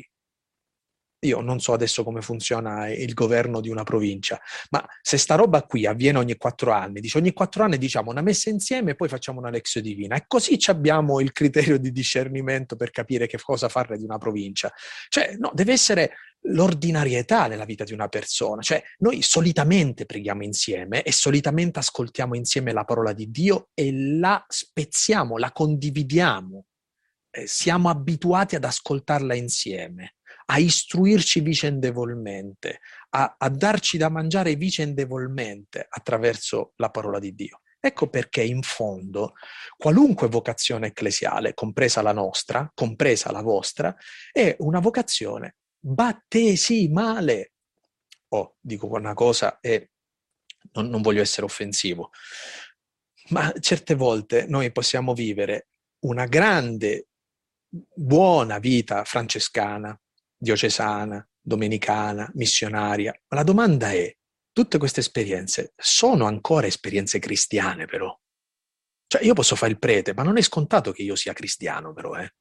A: Io non so adesso come funziona il governo di una provincia, ma se sta roba qui avviene ogni quattro anni, dice ogni quattro anni diciamo una messa insieme e poi facciamo una lexio divina e così abbiamo il criterio di discernimento per capire che cosa fare di una provincia. Cioè, no, deve essere l'ordinarietà nella vita di una persona. Cioè, noi solitamente preghiamo insieme e solitamente ascoltiamo insieme la parola di Dio e la spezziamo, la condividiamo. Eh, siamo abituati ad ascoltarla insieme, a istruirci vicendevolmente, a, a darci da mangiare vicendevolmente attraverso la parola di Dio. Ecco perché in fondo qualunque vocazione ecclesiale, compresa la nostra, compresa la vostra, è una vocazione battesimale. Oh, dico una cosa e non, non voglio essere offensivo, ma certe volte noi possiamo vivere una grande, buona vita francescana, diocesana, domenicana, missionaria. Ma la domanda è, tutte queste esperienze sono ancora esperienze cristiane però? Cioè io posso fare il prete, ma non è scontato che io sia cristiano però, eh.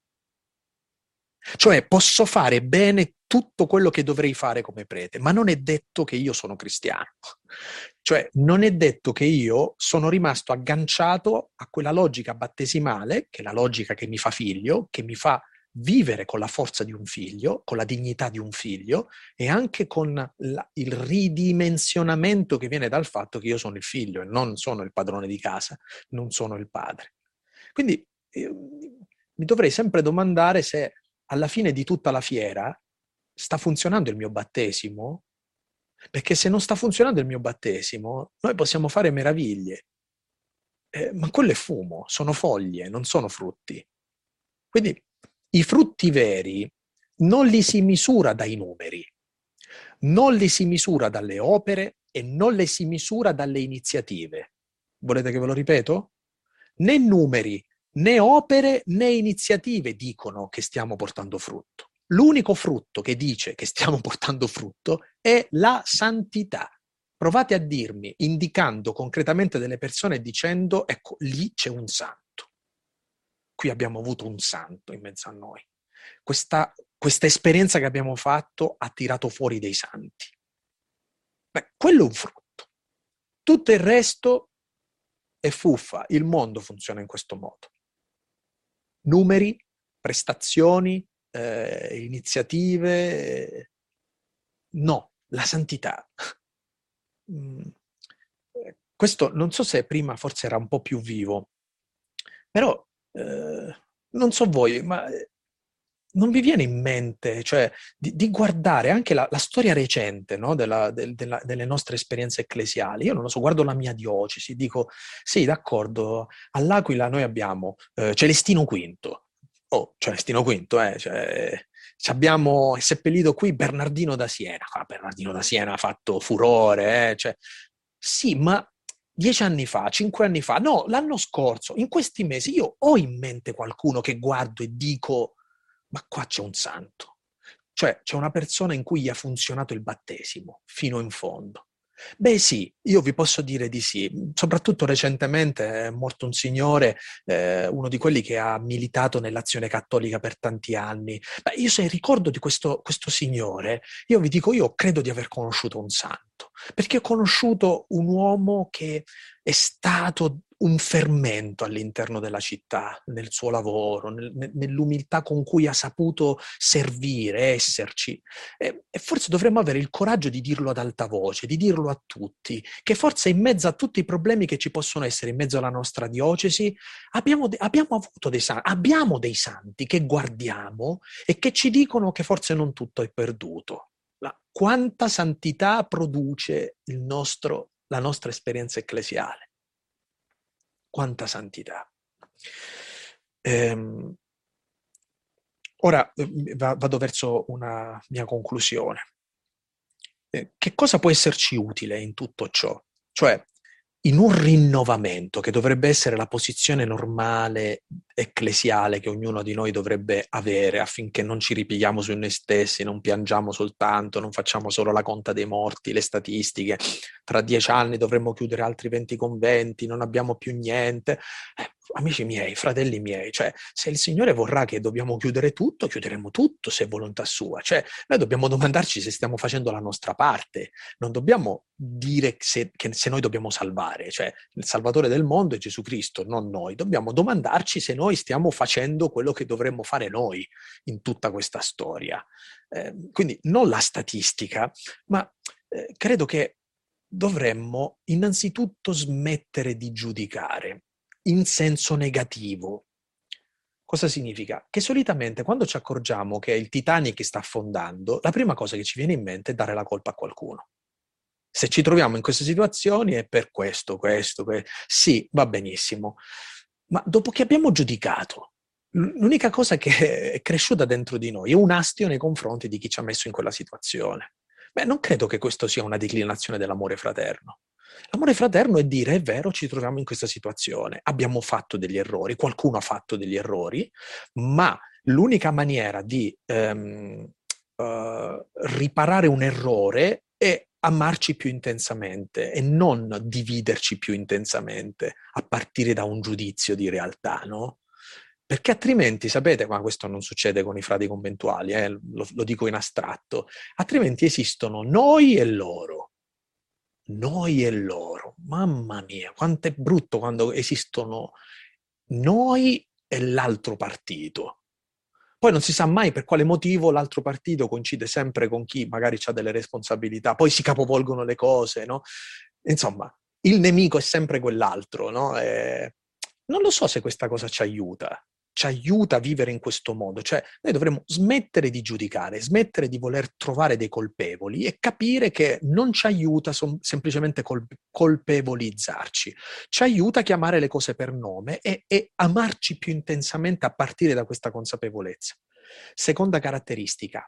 A: Cioè posso fare bene tutto quello che dovrei fare come prete, ma non è detto che io sono cristiano. Cioè non è detto che io sono rimasto agganciato a quella logica battesimale, che è la logica che mi fa figlio, che mi fa vivere con la forza di un figlio, con la dignità di un figlio e anche con la, il ridimensionamento che viene dal fatto che io sono il figlio e non sono il padrone di casa, non sono il padre. Quindi io, mi dovrei sempre domandare se alla fine di tutta la fiera sta funzionando il mio battesimo? Perché se non sta funzionando il mio battesimo, noi possiamo fare meraviglie. Eh, ma quello è fumo, sono foglie, non sono frutti. Quindi i frutti veri non li si misura dai numeri, non li si misura dalle opere e non li si misura dalle iniziative. Volete che ve lo ripeto? Né numeri, né opere, né iniziative dicono che stiamo portando frutto. L'unico frutto che dice che stiamo portando frutto è la santità. Provate a dirmi, indicando concretamente delle persone dicendo, ecco, lì c'è un santo. Qui abbiamo avuto un santo in mezzo a noi. Questa, questa esperienza che abbiamo fatto ha tirato fuori dei santi. Beh, quello è un frutto. Tutto il resto è fuffa. Il mondo funziona in questo modo. Numeri, prestazioni, eh, iniziative. Eh, no, la santità. Mm. Questo non so se prima forse era un po' più vivo, però eh, non so voi, ma non vi viene in mente, cioè, di, di guardare anche la, la storia recente, no, della, del, della, delle nostre esperienze ecclesiali. Io non lo so, guardo la mia diocesi, dico, sì, d'accordo, all'Aquila noi abbiamo eh, Celestino quinto. Oh, Celestino quinto, eh, cioè, abbiamo seppellito qui Bernardino da Siena. Ah, Bernardino da Siena ha fatto furore, eh, cioè, sì, ma dieci anni fa, cinque anni fa, no, l'anno scorso, in questi mesi, io ho in mente qualcuno che guardo e dico, ma qua c'è un santo. Cioè, c'è una persona in cui gli ha funzionato il battesimo, fino in fondo. Beh sì, io vi posso dire di sì. Soprattutto recentemente è morto un signore, eh, uno di quelli che ha militato nell'Azione Cattolica per tanti anni. Beh, io se ricordo di questo, questo signore, io vi dico, io credo di aver conosciuto un santo. tutto, perché ho conosciuto un uomo che è stato un fermento all'interno della città, nel suo lavoro, nel, nell'umiltà con cui ha saputo servire, esserci. E, e forse dovremmo avere il coraggio di dirlo ad alta voce, di dirlo a tutti, che forse in mezzo a tutti i problemi che ci possono essere in mezzo alla nostra diocesi, abbiamo, abbiamo avuto dei santi, abbiamo dei santi che guardiamo e che ci dicono che forse non tutto è perduto. La, quanta santità produce il nostro, la nostra esperienza ecclesiale? Quanta santità. Ehm, ora eh, vado verso una mia conclusione. Eh, che cosa può esserci utile in tutto ciò? Cioè, in un rinnovamento che dovrebbe essere la posizione normale ecclesiale che ognuno di noi dovrebbe avere affinché non ci ripigliamo su noi stessi, non piangiamo soltanto, non facciamo solo la conta dei morti, le statistiche. Tra dieci anni dovremmo chiudere altri venti conventi, non abbiamo più niente. Eh, amici miei, fratelli miei, cioè, se il Signore vorrà che dobbiamo chiudere tutto, chiuderemo tutto se è volontà sua. Cioè, noi dobbiamo domandarci se stiamo facendo la nostra parte. Non dobbiamo dire se, che se noi dobbiamo salvare, cioè il Salvatore del mondo è Gesù Cristo, non noi. Dobbiamo domandarci se noi stiamo facendo quello che dovremmo fare noi in tutta questa storia. Eh, quindi non la statistica, ma eh, credo che dovremmo innanzitutto smettere di giudicare in senso negativo. Cosa significa? Che solitamente quando ci accorgiamo che il Titanic sta affondando, la prima cosa che ci viene in mente è dare la colpa a qualcuno. Se ci troviamo in queste situazioni è per questo, questo, questo. Sì, va benissimo. Ma dopo che abbiamo giudicato, l'unica cosa che è cresciuta dentro di noi è un astio nei confronti di chi ci ha messo in quella situazione. Beh, non credo che questo sia una declinazione dell'amore fraterno. L'amore fraterno è dire, è vero, ci troviamo in questa situazione, abbiamo fatto degli errori, qualcuno ha fatto degli errori, ma l'unica maniera di ehm, uh, riparare un errore è amarci più intensamente e non dividerci più intensamente a partire da un giudizio di realtà, no? Perché altrimenti, sapete, ma questo non succede con i frati conventuali, eh, lo, lo dico in astratto, altrimenti esistono noi e loro. Noi e loro. Mamma mia, quanto è brutto quando esistono noi e l'altro partito. Poi non si sa mai per quale motivo l'altro partito coincide sempre con chi magari ha delle responsabilità, poi si capovolgono le cose, no? Insomma, il nemico è sempre quell'altro, no? E non lo so se questa cosa ci aiuta, ci aiuta a vivere in questo modo, cioè noi dovremmo smettere di giudicare, smettere di voler trovare dei colpevoli e capire che non ci aiuta som- semplicemente col- colpevolizzarci, ci aiuta a chiamare le cose per nome e, e amarci più intensamente a partire da questa consapevolezza. Seconda caratteristica,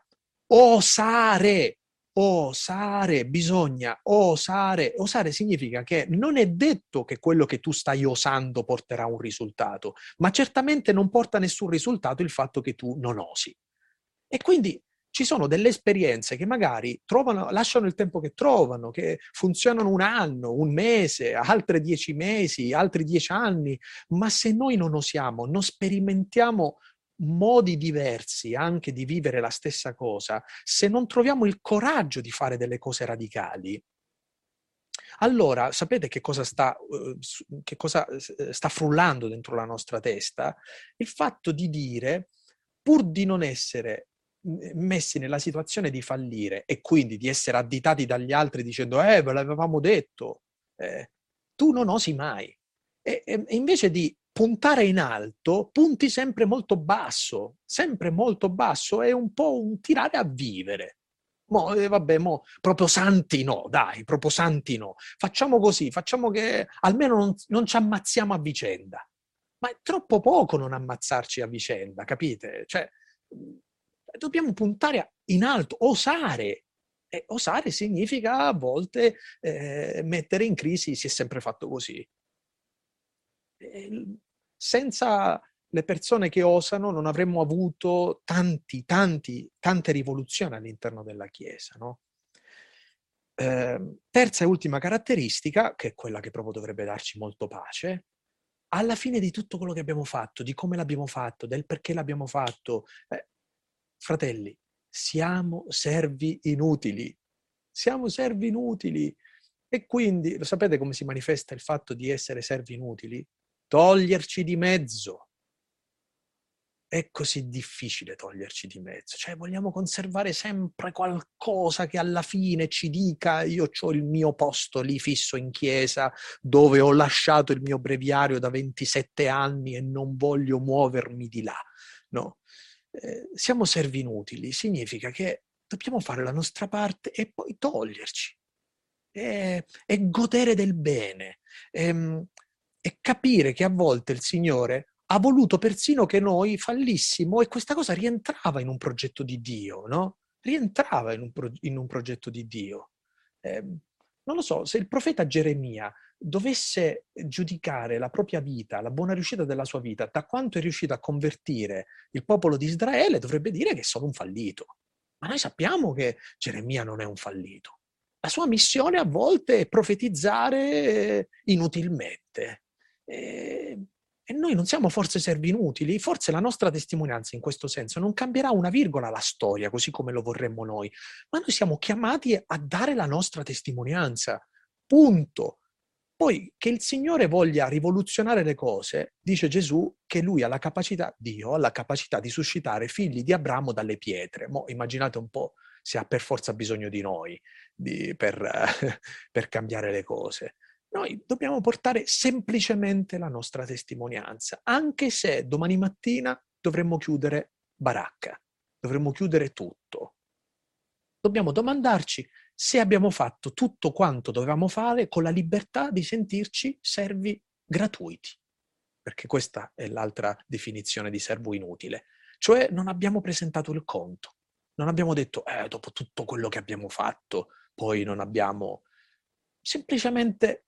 A: osare. Osare, bisogna osare. Osare significa che non è detto che quello che tu stai osando porterà a un risultato, ma certamente non porta a nessun risultato il fatto che tu non osi. E quindi ci sono delle esperienze che magari trovano, lasciano il tempo che trovano, che funzionano un anno, un mese, altre dieci mesi, altri dieci anni, ma se noi non osiamo, non sperimentiamo modi diversi anche di vivere la stessa cosa, se non troviamo il coraggio di fare delle cose radicali, allora sapete che cosa sta, che cosa sta frullando dentro la nostra testa? Il fatto di dire, pur di non essere messi nella situazione di fallire e quindi di essere additati dagli altri dicendo eh, ve l'avevamo detto, eh, tu non osi mai. E, e invece di puntare in alto, punti sempre molto basso, sempre molto basso, è un po' un tirare a vivere. Mo, eh, vabbè, mo, proprio santi no, dai, proprio santi no. Facciamo così, facciamo che almeno non, non ci ammazziamo a vicenda. Ma è troppo poco non ammazzarci a vicenda, capite? Cioè, dobbiamo puntare in alto, osare. E osare significa a volte eh, mettere in crisi, si è sempre fatto così. E senza le persone che osano non avremmo avuto tanti, tanti, tante rivoluzioni all'interno della Chiesa, no? Eh, terza e ultima caratteristica, che è quella che proprio dovrebbe darci molto pace, alla fine di tutto quello che abbiamo fatto, di come l'abbiamo fatto, del perché l'abbiamo fatto, eh, fratelli, siamo servi inutili. siamo servi inutili. E quindi, lo sapete come si manifesta il fatto di essere servi inutili? Toglierci di mezzo. È così difficile toglierci di mezzo, cioè vogliamo conservare sempre qualcosa che alla fine ci dica io ho il mio posto lì fisso in chiesa dove ho lasciato il mio breviario da ventisette anni e non voglio muovermi di là, no? Eh, siamo servi inutili, significa che dobbiamo fare la nostra parte e poi toglierci e, e godere del bene e, e capire che a volte il Signore ha voluto persino che noi fallissimo e questa cosa rientrava in un progetto di Dio, no? Rientrava in un, pro- in un progetto di Dio. Eh, non lo so, se il profeta Geremia dovesse giudicare la propria vita, la buona riuscita della sua vita, da quanto è riuscito a convertire il popolo di Israele, dovrebbe dire che è solo un fallito. Ma noi sappiamo che Geremia non è un fallito. La sua missione a volte è profetizzare inutilmente. E, e noi non siamo forse servi inutili? Forse la nostra testimonianza in questo senso non cambierà una virgola la storia, così come lo vorremmo noi, ma noi siamo chiamati a dare la nostra testimonianza. Punto. Poi che il Signore voglia rivoluzionare le cose, dice Gesù che lui ha la capacità, Dio ha la capacità di suscitare figli di Abramo dalle pietre. Mo' immaginate un po' se ha per forza bisogno di noi di, per, per cambiare le cose. Noi dobbiamo portare semplicemente la nostra testimonianza, anche se domani mattina dovremmo chiudere baracca, dovremmo chiudere tutto. Dobbiamo domandarci se abbiamo fatto tutto quanto dovevamo fare con la libertà di sentirci servi gratuiti, perché questa è l'altra definizione di servo inutile, cioè non abbiamo presentato il conto, non abbiamo detto, eh, dopo tutto quello che abbiamo fatto, poi non abbiamo semplicemente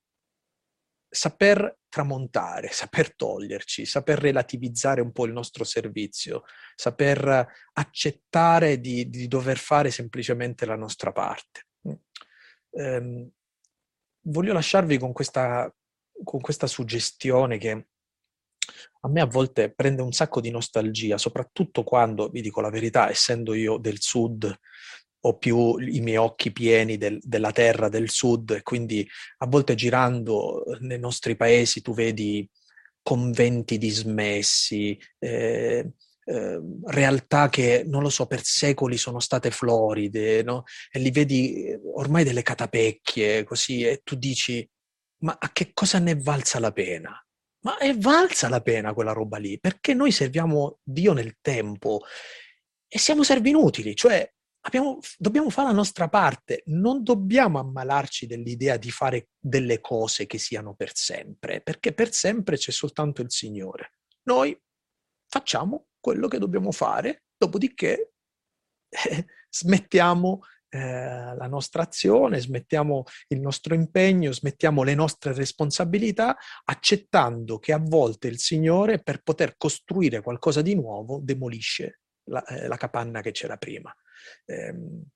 A: saper tramontare, saper toglierci, saper relativizzare un po' il nostro servizio, saper accettare di, di dover fare semplicemente la nostra parte. Ehm, voglio lasciarvi con questa, con questa suggestione che a me a volte prende un sacco di nostalgia, soprattutto quando, vi dico la verità, essendo io del sud, ho più i miei occhi pieni del, della terra del sud e quindi a volte girando nei nostri paesi tu vedi conventi dismessi, eh, eh, realtà che, non lo so, per secoli sono state floride, no? E li vedi ormai delle catapecchie, così, e tu dici, ma a che cosa ne è valsa la pena? Ma è valsa la pena quella roba lì, perché noi serviamo Dio nel tempo e siamo servi inutili, cioè abbiamo, dobbiamo fare la nostra parte, non dobbiamo ammalarci dell'idea di fare delle cose che siano per sempre, perché per sempre c'è soltanto il Signore. Noi facciamo quello che dobbiamo fare, dopodiché eh, smettiamo eh, la nostra azione, smettiamo il nostro impegno, smettiamo le nostre responsabilità, accettando che a volte il Signore, per poter costruire qualcosa di nuovo, demolisce la, eh, la capanna che c'era prima. Eh,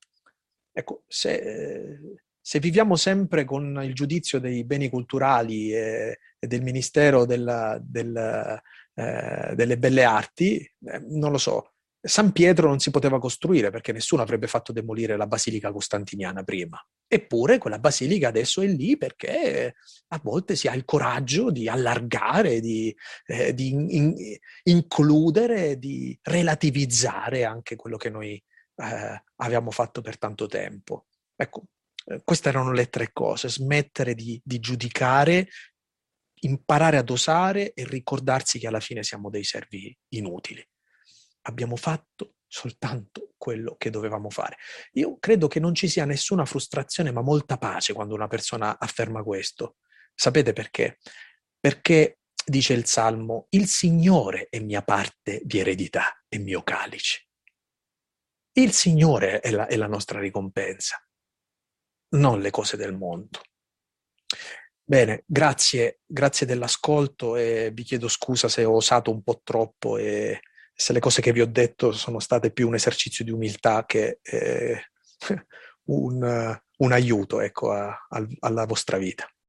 A: ecco, se, se viviamo sempre con il giudizio dei beni culturali e, e del Ministero della, del, eh, delle Belle Arti, eh, non lo so, San Pietro non si poteva costruire perché nessuno avrebbe fatto demolire la Basilica Costantiniana prima. Eppure quella basilica adesso è lì perché a volte si ha il coraggio di allargare, di, eh, di in, in, includere, di relativizzare anche quello che noi eh, abbiamo fatto per tanto tempo. Ecco, eh, queste erano le tre cose: smettere di, di giudicare, imparare a dosare e ricordarsi che alla fine siamo dei servi inutili. Abbiamo fatto soltanto quello che dovevamo fare. Io credo che non ci sia nessuna frustrazione, ma molta pace quando una persona afferma questo. Sapete perché? Perché, dice il Salmo, il Signore è mia parte di eredità e mio calice. Il Signore è la, è la nostra ricompensa, non le cose del mondo. Bene, grazie, grazie dell'ascolto e vi chiedo scusa se ho osato un po' troppo e se le cose che vi ho detto sono state più un esercizio di umiltà che eh, un, un aiuto, ecco, a, a, alla vostra vita.